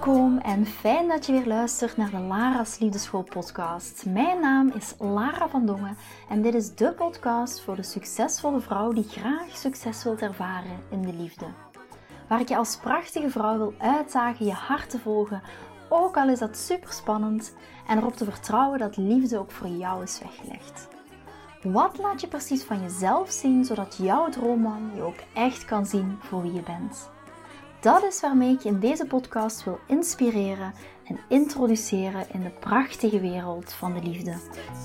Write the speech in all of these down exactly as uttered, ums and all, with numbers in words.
Welkom en fijn dat je weer luistert naar de Lara's Liefdeschool podcast. Mijn naam is Lara van Dongen en dit is de podcast voor de succesvolle vrouw die graag succes wilt ervaren in de liefde. Waar ik je als prachtige vrouw wil uitdagen je hart te volgen, ook al is dat super spannend, en erop te vertrouwen dat liefde ook voor jou is weggelegd. Wat laat je precies van jezelf zien, zodat jouw droomman je ook echt kan zien voor wie je bent? Dat is waarmee ik je in deze podcast wil inspireren en introduceren in de prachtige wereld van de liefde.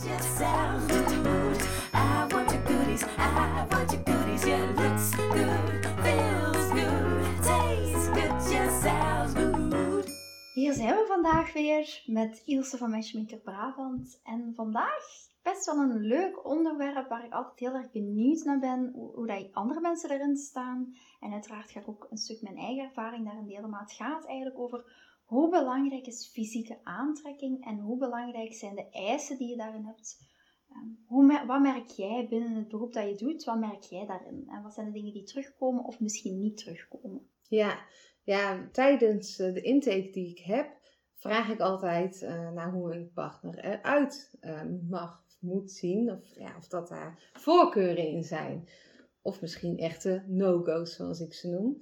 Hier zijn we vandaag weer met Ilse van Matchmaker Brabant. En vandaag best wel een leuk onderwerp waar ik altijd heel erg benieuwd naar ben. Hoe, hoe dat andere mensen erin staan. En uiteraard ga ik ook een stuk mijn eigen ervaring daarin delen. Maar het gaat eigenlijk over hoe belangrijk is fysieke aantrekking. En hoe belangrijk zijn de eisen die je daarin hebt. Um, hoe, wat merk jij binnen het beroep dat je doet? Wat merk jij daarin? En wat zijn de dingen die terugkomen of misschien niet terugkomen? Ja, ja tijdens de intake die ik heb, vraag ik altijd uh, naar hoe een partner eruit uh, mag, moet zien. Of, ja, of dat daar voorkeuren in zijn. Of misschien echte no-go's, zoals ik ze noem.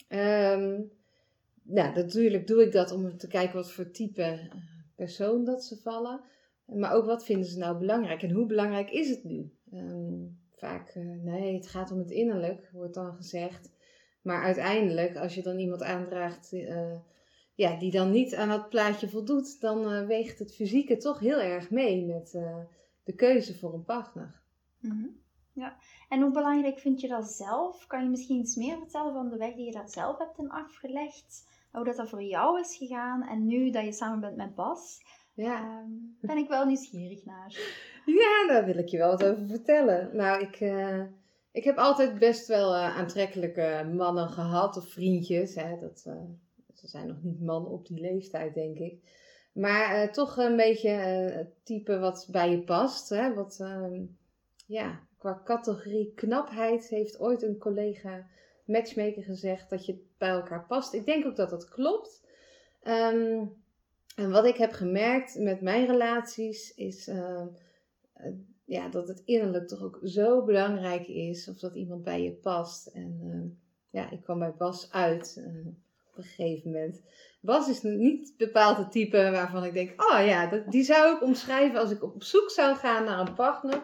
Um, nou, natuurlijk doe ik dat om te kijken wat voor type persoon dat ze vallen. Maar ook wat vinden ze nou belangrijk en hoe belangrijk is het nu? Um, vaak, uh, nee, het gaat om het innerlijk, wordt dan gezegd. Maar uiteindelijk, als je dan iemand aandraagt uh, ja, die dan niet aan dat plaatje voldoet, dan uh, weegt het fysieke toch heel erg mee met uh, de keuze voor een partner. Mm-hmm. Ja, en hoe belangrijk vind je dat zelf? Kan je misschien iets meer vertellen van de weg die je daar zelf hebt in afgelegd? Hoe dat, dat voor jou is gegaan en nu dat je samen bent met Bas? Ja. Um, ben ik wel nieuwsgierig naar. Ja, daar wil ik je wel wat over vertellen. Nou, ik... Uh... Ik heb altijd best wel uh, aantrekkelijke mannen gehad, of vriendjes. Hè. Dat, uh, ze zijn nog niet man op die leeftijd, denk ik. Maar uh, toch een beetje uh, het type wat bij je past. Hè. Wat, uh, ja, qua categorie knapheid heeft ooit een collega matchmaker gezegd dat je bij elkaar past. Ik denk ook dat dat klopt. Um, en wat ik heb gemerkt met mijn relaties is... Uh, uh, Ja, dat het innerlijk toch ook zo belangrijk is. Of dat iemand bij je past. En uh, ja, ik kwam bij Bas uit uh, op een gegeven moment. Bas is niet bepaald het type waarvan ik denk... Oh ja, dat, die zou ik omschrijven als ik op zoek zou gaan naar een partner.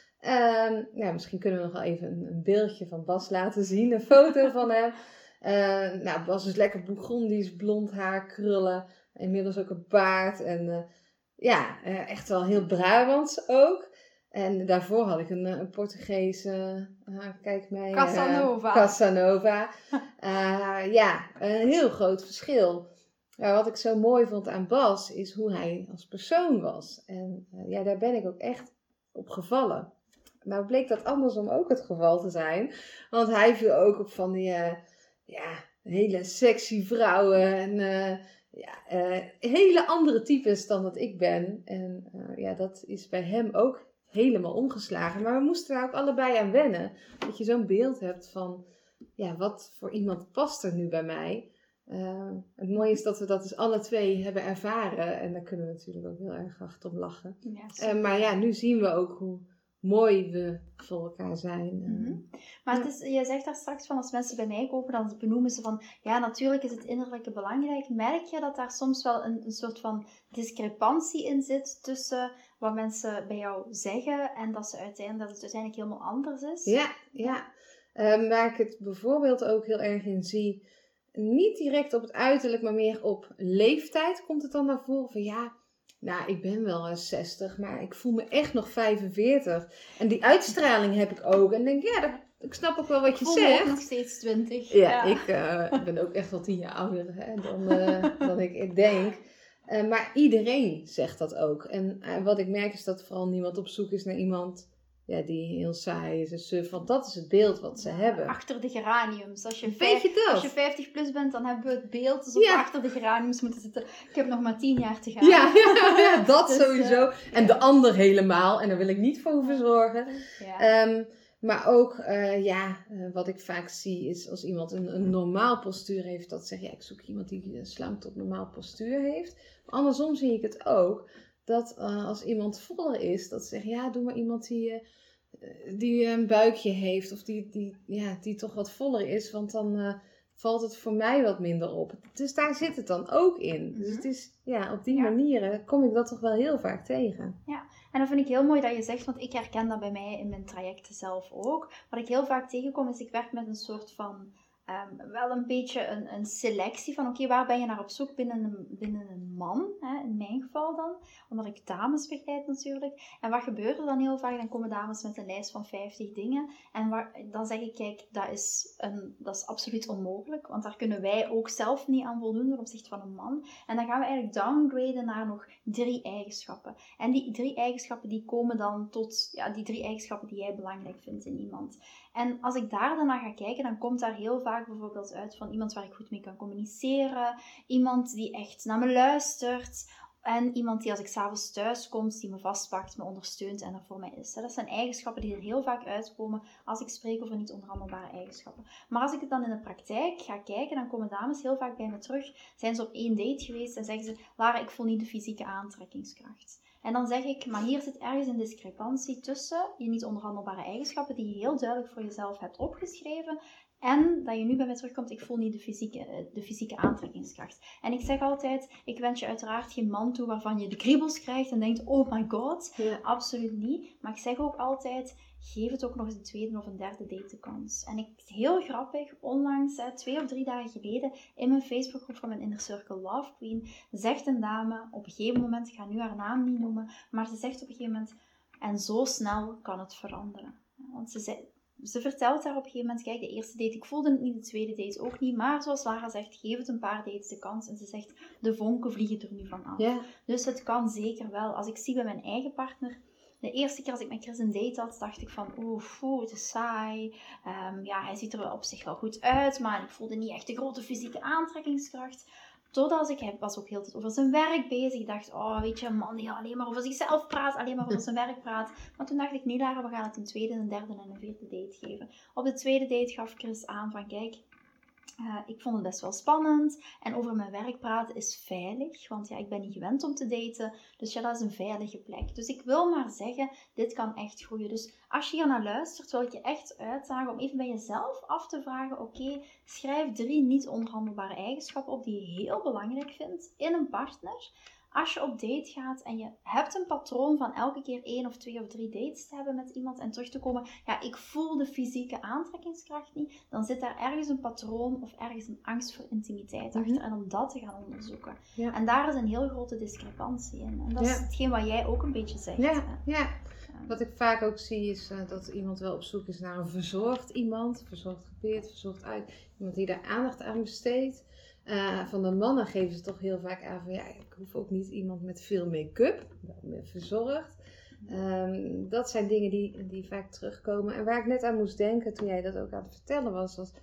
Uh, ja, misschien kunnen we nog wel even een, een beeldje van Bas laten zien. Een foto van hem. Uh, nou, Bas is lekker Bourgondisch, blond haar, krullen. Inmiddels ook een baard. En uh, ja, uh, echt wel heel Brabants ook. En daarvoor had ik een, een Portugese, uh, kijk mij... Casanova. Uh, Casanova. Uh, ja, een heel groot verschil. Ja, wat ik zo mooi vond aan Bas, is hoe hij als persoon was. En uh, ja, daar ben ik ook echt op gevallen. Maar bleek dat andersom ook het geval te zijn. Want hij viel ook op van die, uh, ja, hele sexy vrouwen en... Uh, Ja, uh, hele andere types dan dat ik ben. En uh, ja, dat is bij hem ook helemaal omgeslagen. Maar we moesten daar ook allebei aan wennen. Dat je zo'n beeld hebt van, ja, wat voor iemand past er nu bij mij? Uh, het mooie is dat we dat dus alle twee hebben ervaren. En daar kunnen we natuurlijk ook heel erg hard om lachen. Ja, uh, maar ja, nu zien we ook hoe mooi we voor elkaar zijn. Mm-hmm. Maar het is, je zegt daar straks van, als mensen bij mij kopen, dan benoemen ze van, ja, natuurlijk is het innerlijke belangrijk. Merk je dat daar soms wel een, een soort van discrepantie in zit tussen wat mensen bij jou zeggen en dat, ze uiteindelijk, dat het uiteindelijk helemaal anders is? Ja, ja. Uh, waar ik het bijvoorbeeld ook heel erg in zie, niet direct op het uiterlijk, maar meer op leeftijd komt het dan naar voren van, ja... Nou, ik ben wel zestig, maar ik voel me echt nog vijfenveertig. En die uitstraling heb ik ook. En denk, ja, dat, ik snap ook wel wat je ik zegt. Ik voel me nog steeds twintig. Ja, ja. Ik uh, ben ook echt wel tien jaar ouder hè, dan, uh, dan ik, ik denk. Uh, maar iedereen zegt dat ook. En uh, wat ik merk is dat vooral niemand op zoek is naar iemand... Ja, die heel saai is en suf. Want dat is het beeld wat ze hebben. Achter de geraniums. Als je, vijf, je als je vijftig plus bent, dan hebben we het beeld alsof ja. we achter de geraniums moeten zitten. Ik heb nog maar tien jaar te gaan. Ja, ja, ja dat dus, sowieso. Uh, en ja. de ander helemaal. En daar wil ik niet voor hoeven zorgen. Ja. Um, Maar ook, uh, ja, uh, wat ik vaak zie is als iemand een, een normaal postuur heeft, dat zeg ja, ik zoek iemand die uh, slank tot normaal postuur heeft. Maar andersom zie ik het ook, dat uh, als iemand voller is, dat ze zeggen, ja, doe maar iemand die, uh, die een buikje heeft of die, die, ja, die toch wat voller is, want dan uh, valt het voor mij wat minder op. Dus daar zit het dan ook in. Mm-hmm. Dus het is, ja, op die ja. manieren kom ik dat toch wel heel vaak tegen. Ja, en dat vind ik heel mooi dat je zegt, want ik herken dat bij mij in mijn trajecten zelf ook. Wat ik heel vaak tegenkom is, ik werk met een soort van, um, wel een beetje een, een selectie van, oké, okay, waar ben je naar op zoek binnen een, binnen een man, hè, in mijn geval dan, omdat ik dames begeleid natuurlijk. En wat gebeurt er dan heel vaak? Dan komen dames met een lijst van vijftig dingen. En waar, dan zeg ik, kijk, dat is, een, dat is absoluut onmogelijk, want daar kunnen wij ook zelf niet aan voldoen ten opzichte van een man. En dan gaan we eigenlijk downgraden naar nog drie eigenschappen. En die drie eigenschappen die komen dan tot, ja, die drie eigenschappen die jij belangrijk vindt in iemand. En als ik daar dan naar ga kijken, dan komt daar heel vaak bijvoorbeeld uit van iemand waar ik goed mee kan communiceren, iemand die echt naar me luistert, en iemand die als ik s'avonds thuis kom, die me vastpakt, me ondersteunt en er voor mij is. Dat zijn eigenschappen die er heel vaak uitkomen als ik spreek over niet onderhandelbare eigenschappen. Maar als ik het dan in de praktijk ga kijken, dan komen dames heel vaak bij me terug. Zijn ze op één date geweest en zeggen ze, Lara, ik voel niet de fysieke aantrekkingskracht. En dan zeg ik, maar hier zit ergens een discrepantie tussen je niet onderhandelbare eigenschappen die je heel duidelijk voor jezelf hebt opgeschreven, en dat je nu bij mij terugkomt, ik voel niet de fysieke, de fysieke aantrekkingskracht. En ik zeg altijd, ik wens je uiteraard geen man toe waarvan je de kriebels krijgt en denkt, oh my god, ja. Absoluut niet. Maar ik zeg ook altijd, geef het ook nog eens een tweede of een derde date de kans. En ik, heel grappig, onlangs, hè, twee of drie dagen geleden, in mijn Facebookgroep van mijn Inner Circle Love Queen, zegt een dame, op een gegeven moment, ik ga nu haar naam niet noemen, maar ze zegt op een gegeven moment, en zo snel kan het veranderen. Want ze zei, Ze vertelt daar op een gegeven moment, kijk, de eerste date, ik voelde het niet, de tweede date ook niet. Maar zoals Lara zegt, geef het een paar dates de kans. En ze zegt, de vonken vliegen er nu van af. Yeah. Dus het kan zeker wel. Als ik zie bij mijn eigen partner, de eerste keer als ik met Chris een date had, dacht ik van, oeh, oeh het is saai. Um, ja, hij ziet er op zich wel goed uit, maar ik voelde niet echt de grote fysieke aantrekkingskracht. Totdat ik, hij was ook heel tijd over zijn werk bezig. Ik dacht, oh weet je, een man die alleen maar over zichzelf praat, alleen maar over zijn werk praat. Maar toen dacht ik, nee Lara, we gaan het een tweede, een derde en een vierde date geven. Op de tweede date gaf Chris aan van, kijk, uh, ik vond het best wel spannend. En over mijn werk praten is veilig, want ja, ik ben niet gewend om te daten. Dus ja, dat is een veilige plek. Dus ik wil maar zeggen, dit kan echt groeien. Dus als je hier naar luistert, wil ik je echt uitdagen om even bij jezelf af te vragen, oké, okay, schrijf drie niet onderhandelbare eigenschappen op die je heel belangrijk vindt in een partner. Als je op date gaat en je hebt een patroon van elke keer één of twee of drie dates te hebben met iemand en terug te komen, ja, ik voel de fysieke aantrekkingskracht niet, dan zit daar ergens een patroon of ergens een angst voor intimiteit achter. Mm-hmm. En om dat te gaan onderzoeken. Ja. En daar is een heel grote discrepantie in. En dat is ja. hetgeen wat jij ook een beetje zegt. Ja, hè? ja. Wat ik vaak ook zie is uh, dat iemand wel op zoek is naar een verzorgd iemand, verzorgd gepeerd, verzorgd uit, iemand die daar aandacht aan besteedt. Uh, van de mannen geven ze toch heel vaak aan van ja, ik hoef ook niet iemand met veel make-up, wel verzorgd. Um, dat zijn dingen die, die vaak terugkomen. En waar ik net aan moest denken toen jij dat ook aan het vertellen was, was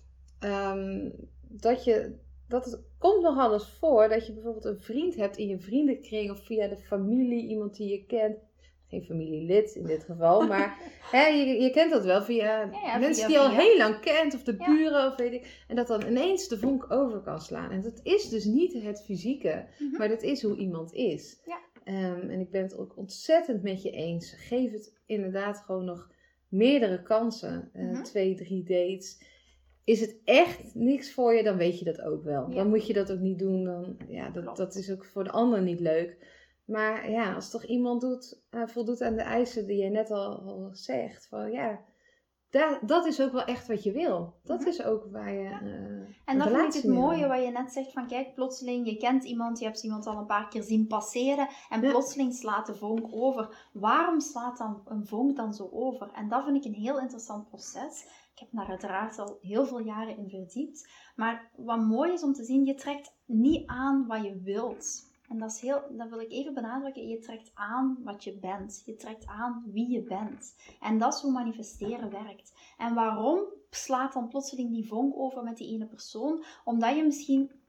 um, dat je, dat het komt nogal eens voor dat je bijvoorbeeld een vriend hebt in je vriendenkring of via de familie, iemand die je kent. Geen familielid in dit geval, maar hè, je, je kent dat wel via ja, ja, mensen via, die je al via. heel lang kent, of de buren, ja. of weet ik. En dat dan ineens de vonk over kan slaan. En dat is dus niet het fysieke, mm-hmm. maar dat is hoe iemand is. Ja. Um, en ik ben het ook ontzettend met je eens. Geef het inderdaad gewoon nog meerdere kansen. Uh, mm-hmm. Twee, drie dates. Is het echt niks voor je, dan weet je dat ook wel. Ja. Dan moet je dat ook niet doen. Dan, ja, dat, dat is ook voor de ander niet leuk. Maar ja, als toch iemand doet, uh, voldoet aan de eisen die je net al, al zegt. Van ja, da, dat is ook wel echt wat je wil. Dat mm-hmm. is ook waar je uh, En dat vind ik het mooie wat je net zegt. Van kijk, plotseling, je kent iemand, je hebt iemand al een paar keer zien passeren. En ja. plotseling slaat de vonk over. Waarom slaat dan een vonk dan zo over? En dat vind ik een heel interessant proces. Ik heb daar uiteraard al heel veel jaren in verdiept. Maar wat mooi is om te zien, je trekt niet aan wat je wilt. En dat, is heel, dat wil ik even benadrukken. Je trekt aan wat je bent. Je trekt aan wie je bent. En dat is hoe manifesteren werkt. En waarom slaat dan plotseling die vonk over met die ene persoon? Omdat je misschien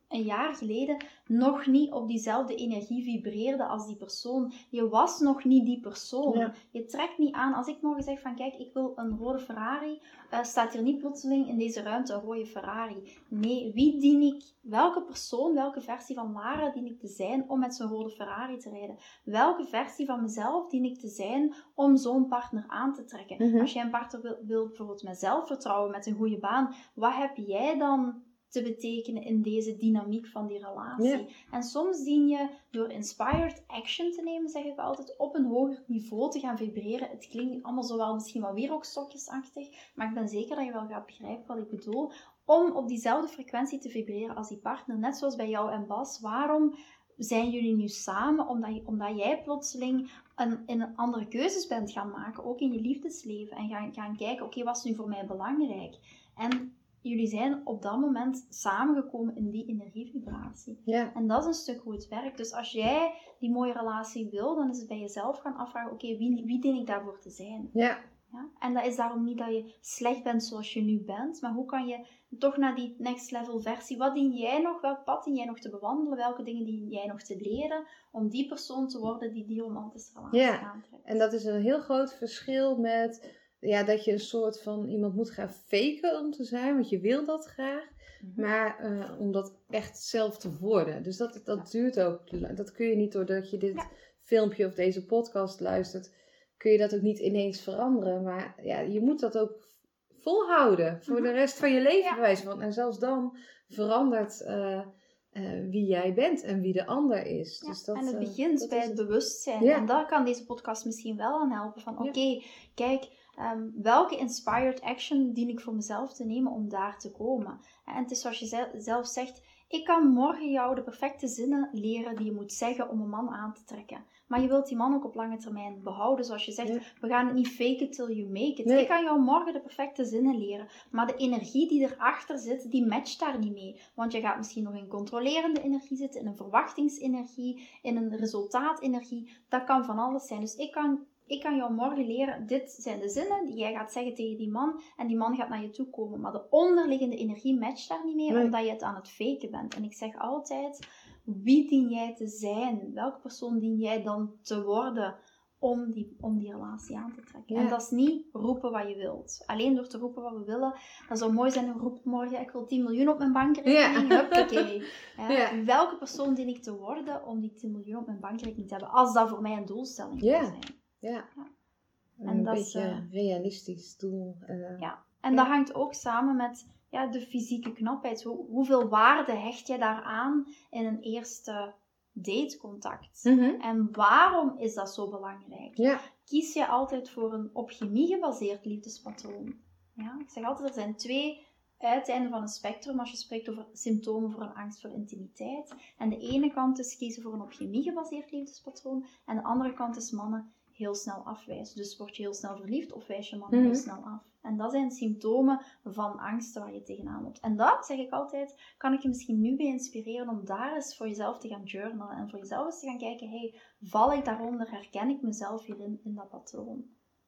een jaar geleden nog niet op diezelfde energie vibreerde als die persoon. Je was nog niet die persoon. Ja. Je trekt niet aan. Als ik morgen zeg van kijk, ik wil een rode Ferrari, uh, staat hier niet plotseling in deze ruimte een rode Ferrari. Nee, wie dien ik, welke persoon, welke versie van Lara dien ik te zijn om met zo'n rode Ferrari te rijden? Welke versie van mezelf dien ik te zijn om zo'n partner aan te trekken? Mm-hmm. Als jij een partner wil, wil bijvoorbeeld met zelfvertrouwen, met een goede baan, wat heb jij dan te betekenen in deze dynamiek van die relatie? Ja. En soms dien je door inspired action te nemen, zeg ik altijd, op een hoger niveau te gaan vibreren. Het klinkt allemaal zo wel misschien wat wierookstokjesachtig, maar ik ben zeker dat je wel gaat begrijpen wat ik bedoel. Om op diezelfde frequentie te vibreren als die partner, net zoals bij jou en Bas. Waarom zijn jullie nu samen? Omdat, je, omdat jij plotseling een, een andere keuzes bent gaan maken, ook in je liefdesleven. En gaan, gaan kijken, oké, okay, wat is nu voor mij belangrijk? En jullie zijn op dat moment samengekomen in die energievibratie. Ja. En dat is een stuk hoe het werkt. Dus als jij die mooie relatie wil, dan is het bij jezelf gaan afvragen, oké, okay, wie, wie dien ik daarvoor te zijn? Ja. Ja? En dat is daarom niet dat je slecht bent zoals je nu bent, maar hoe kan je toch naar die next level versie, wat dien jij nog, welk pad dien jij nog te bewandelen, welke dingen dien jij nog te leren, om die persoon te worden die die romantische relatie ja. aantrekt. En dat is een heel groot verschil met ja, dat je een soort van iemand moet gaan faken om te zijn, want je wil dat graag. Mm-hmm. Maar uh, om dat echt zelf te worden. Dus dat, dat ja. duurt ook. Dat kun je niet doordat je dit ja. filmpje of deze podcast luistert, kun je dat ook niet ineens veranderen. Maar ja, je moet dat ook volhouden voor mm-hmm. de rest van je leven. Ja. Bewijs van. En zelfs dan verandert uh, uh, wie jij bent en wie de ander is. Ja. Dus dat, en het uh, begint dat bij het, het bewustzijn. Ja. En daar kan deze podcast misschien wel aan helpen. Van oké, okay, ja. kijk... Um, welke inspired action dien ik voor mezelf te nemen om daar te komen? En het is zoals je zelf zegt, ik kan morgen jou de perfecte zinnen leren die je moet zeggen om een man aan te trekken. Maar je wilt die man ook op lange termijn behouden. Zoals je zegt, ja. we gaan het niet fake it till you make it. Nee. Ik kan jou morgen de perfecte zinnen leren. Maar de energie die erachter zit, die matcht daar niet mee. Want je gaat misschien nog in controlerende energie zitten, in een verwachtingsenergie, in een resultaatenergie. Dat kan van alles zijn. Dus ik kan... Ik kan jou morgen leren, dit zijn de zinnen die jij gaat zeggen tegen die man. En die man gaat naar je toe komen. Maar de onderliggende energie matcht daar niet mee, nee. omdat je het aan het faken bent. En ik zeg altijd, wie dien jij te zijn? Welke persoon dien jij dan te worden om die, om die relatie aan te trekken? Ja. En dat is niet roepen wat je wilt. Alleen door te roepen wat we willen. Dat zou mooi zijn, roep morgen, ik wil tien miljoen op mijn bankrekening. Ja. Huppakee. Ja. Ja. Welke persoon dien ik te worden om die tien miljoen op mijn bankrekening te hebben? Als dat voor mij een doelstelling ja. zou zijn. Ja, ja. En een beetje is, uh, realistisch doel. Uh, ja, en ja. dat hangt ook samen met ja, de fysieke knapheid. Hoe, hoeveel waarde hecht je daaraan in een eerste datecontact? Mm-hmm. En waarom is dat zo belangrijk? Ja. Kies je altijd voor een op chemie gebaseerd liefdespatroon? Ja, ik zeg altijd, er zijn twee uiteinden van een spectrum als je spreekt over symptomen voor een angst voor intimiteit. En de ene kant is kiezen voor een op chemie gebaseerd liefdespatroon. En de andere kant is mannen heel snel afwijzen. Dus word je heel snel verliefd of wijs je man mm-hmm. heel snel af. En dat zijn symptomen van angsten waar je tegenaan loopt. En dat, zeg ik altijd, kan ik je misschien nu bij inspireren om daar eens voor jezelf te gaan journalen. En voor jezelf eens te gaan kijken, hey, val ik daaronder? Herken ik mezelf hierin, in dat patroon?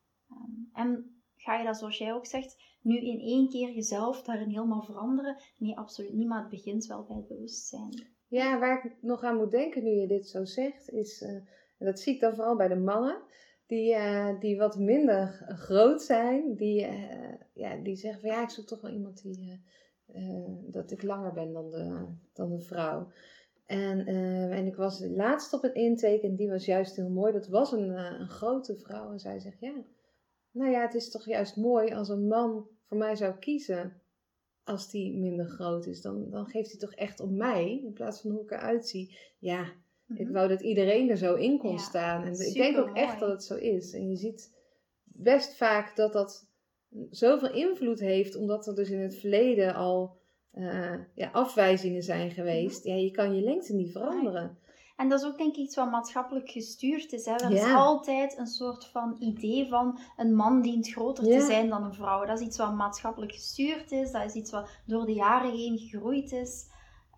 Um, en ga je dat, zoals jij ook zegt, nu in één keer jezelf daarin helemaal veranderen? Nee, absoluut niet, maar het begint wel bij het bewustzijn. Ja, waar ik nog aan moet denken nu je dit zo zegt, is... Uh... En dat zie ik dan vooral bij de mannen, die, uh, die wat minder groot zijn. Die, uh, ja, die zeggen van ja, ik zoek toch wel iemand die, uh, uh, dat ik langer ben dan de, dan de vrouw. En, uh, en ik was laatst op een intake en die was juist heel mooi. Dat was een, uh, een grote vrouw en zij zegt ja, nou ja, het is toch juist mooi als een man voor mij zou kiezen. Als die minder groot is, dan, dan geeft hij toch echt om mij in plaats van hoe ik eruit zie. Ja. Ik wou dat iedereen er zo in kon ja, staan. En ik denk ook mooi. Echt dat het zo is. En je ziet best vaak dat dat zoveel invloed heeft. Omdat er dus in het verleden al uh, ja, afwijzingen zijn geweest. Ja, je kan je lengte niet veranderen. En dat is ook denk ik iets wat maatschappelijk gestuurd is. Hè? Er ja. is altijd een soort van idee van een man dient groter ja. te zijn dan een vrouw. Dat is iets wat maatschappelijk gestuurd is. Dat is iets wat door de jaren heen gegroeid is.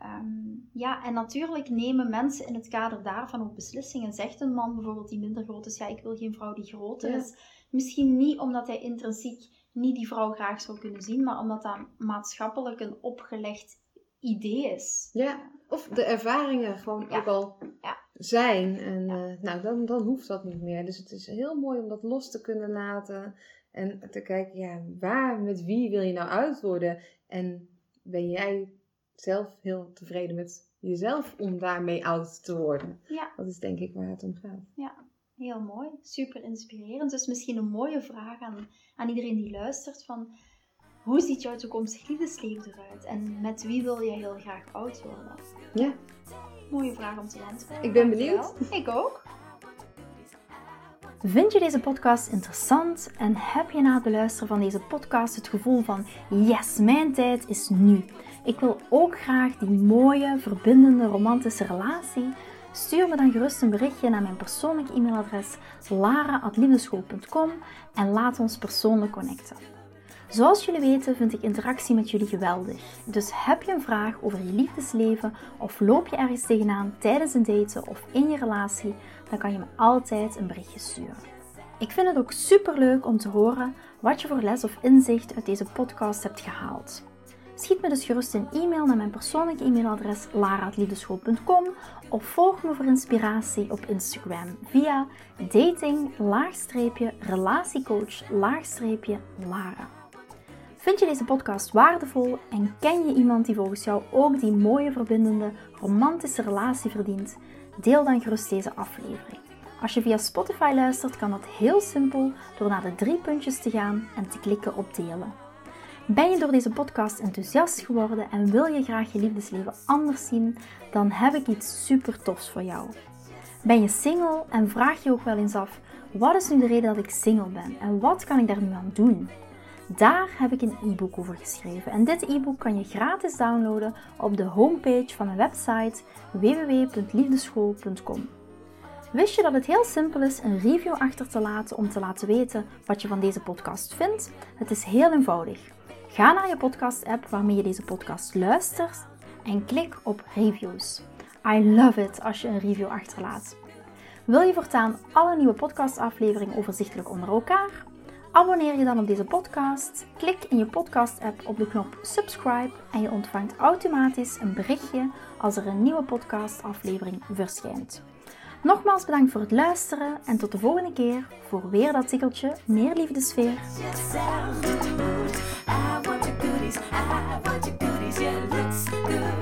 Um, ja, en natuurlijk nemen mensen in het kader daarvan ook beslissingen. Zegt een man bijvoorbeeld die minder groot is, ja, ik wil geen vrouw die groter ja. is. Misschien niet omdat hij intrinsiek niet die vrouw graag zou kunnen zien, maar omdat dat maatschappelijk een opgelegd idee is. Ja, of de ervaringen gewoon Ja. ook al Ja. zijn. En uh, nou, dan, dan hoeft dat niet meer. Dus het is heel mooi om dat los te kunnen laten. En te kijken, ja, waar, met wie wil je nou oud worden? En ben jij zelf heel tevreden met jezelf om daarmee oud te worden? Ja. Dat is denk ik waar het om gaat. Ja, heel mooi. Super inspirerend. Dus misschien een mooie vraag aan, aan iedereen die luistert van... Hoe ziet jouw toekomstig liefdesleven eruit? En met wie wil jij heel graag oud worden? Ja. Mooie vraag om te antwoorden. Ik ben benieuwd. Ik ook. Vind je deze podcast interessant en heb je na het beluisteren van deze podcast het gevoel van yes, mijn tijd is nu. Ik wil ook graag die mooie, verbindende, romantische relatie. Stuur me dan gerust een berichtje naar mijn persoonlijke e-mailadres lara at liefdeschool punt com en laat ons persoonlijk connecten. Zoals jullie weten vind ik interactie met jullie geweldig. Dus heb je een vraag over je liefdesleven of loop je ergens tegenaan tijdens een daten of in je relatie, dan kan je me altijd een berichtje sturen. Ik vind het ook super leuk om te horen wat je voor les of inzicht uit deze podcast hebt gehaald. Schiet me dus gerust een e-mail naar mijn persoonlijke e-mailadres lara at liefdeschool punt com of volg me voor inspiratie op Instagram via dating-relatiecoach-lara. Vind je deze podcast waardevol en ken je iemand die volgens jou ook die mooie, verbindende, romantische relatie verdient? Deel dan gerust deze aflevering. Als je via Spotify luistert, kan dat heel simpel door naar de drie puntjes te gaan en te klikken op delen. Ben je door deze podcast enthousiast geworden en wil je graag je liefdesleven anders zien, dan heb ik iets super tofs voor jou. Ben je single en vraag je ook wel eens af, wat is nu de reden dat ik single ben en wat kan ik daar nu aan doen? Daar heb ik een e-book over geschreven en dit e-book kan je gratis downloaden op de homepage van mijn website w w w punt liefdeschool punt com. Wist je dat het heel simpel is een review achter te laten om te laten weten wat je van deze podcast vindt? Het is heel eenvoudig. Ga naar je podcast-app waarmee je deze podcast luistert en klik op reviews. I love it als je een review achterlaat. Wil je voortaan alle nieuwe podcastafleveringen overzichtelijk onder elkaar? Abonneer je dan op deze podcast, klik in je podcast-app op de knop subscribe en je ontvangt automatisch een berichtje als er een nieuwe podcastaflevering verschijnt. Nogmaals bedankt voor het luisteren en tot de volgende keer voor weer dat tikkeltje meer liefdesfeer.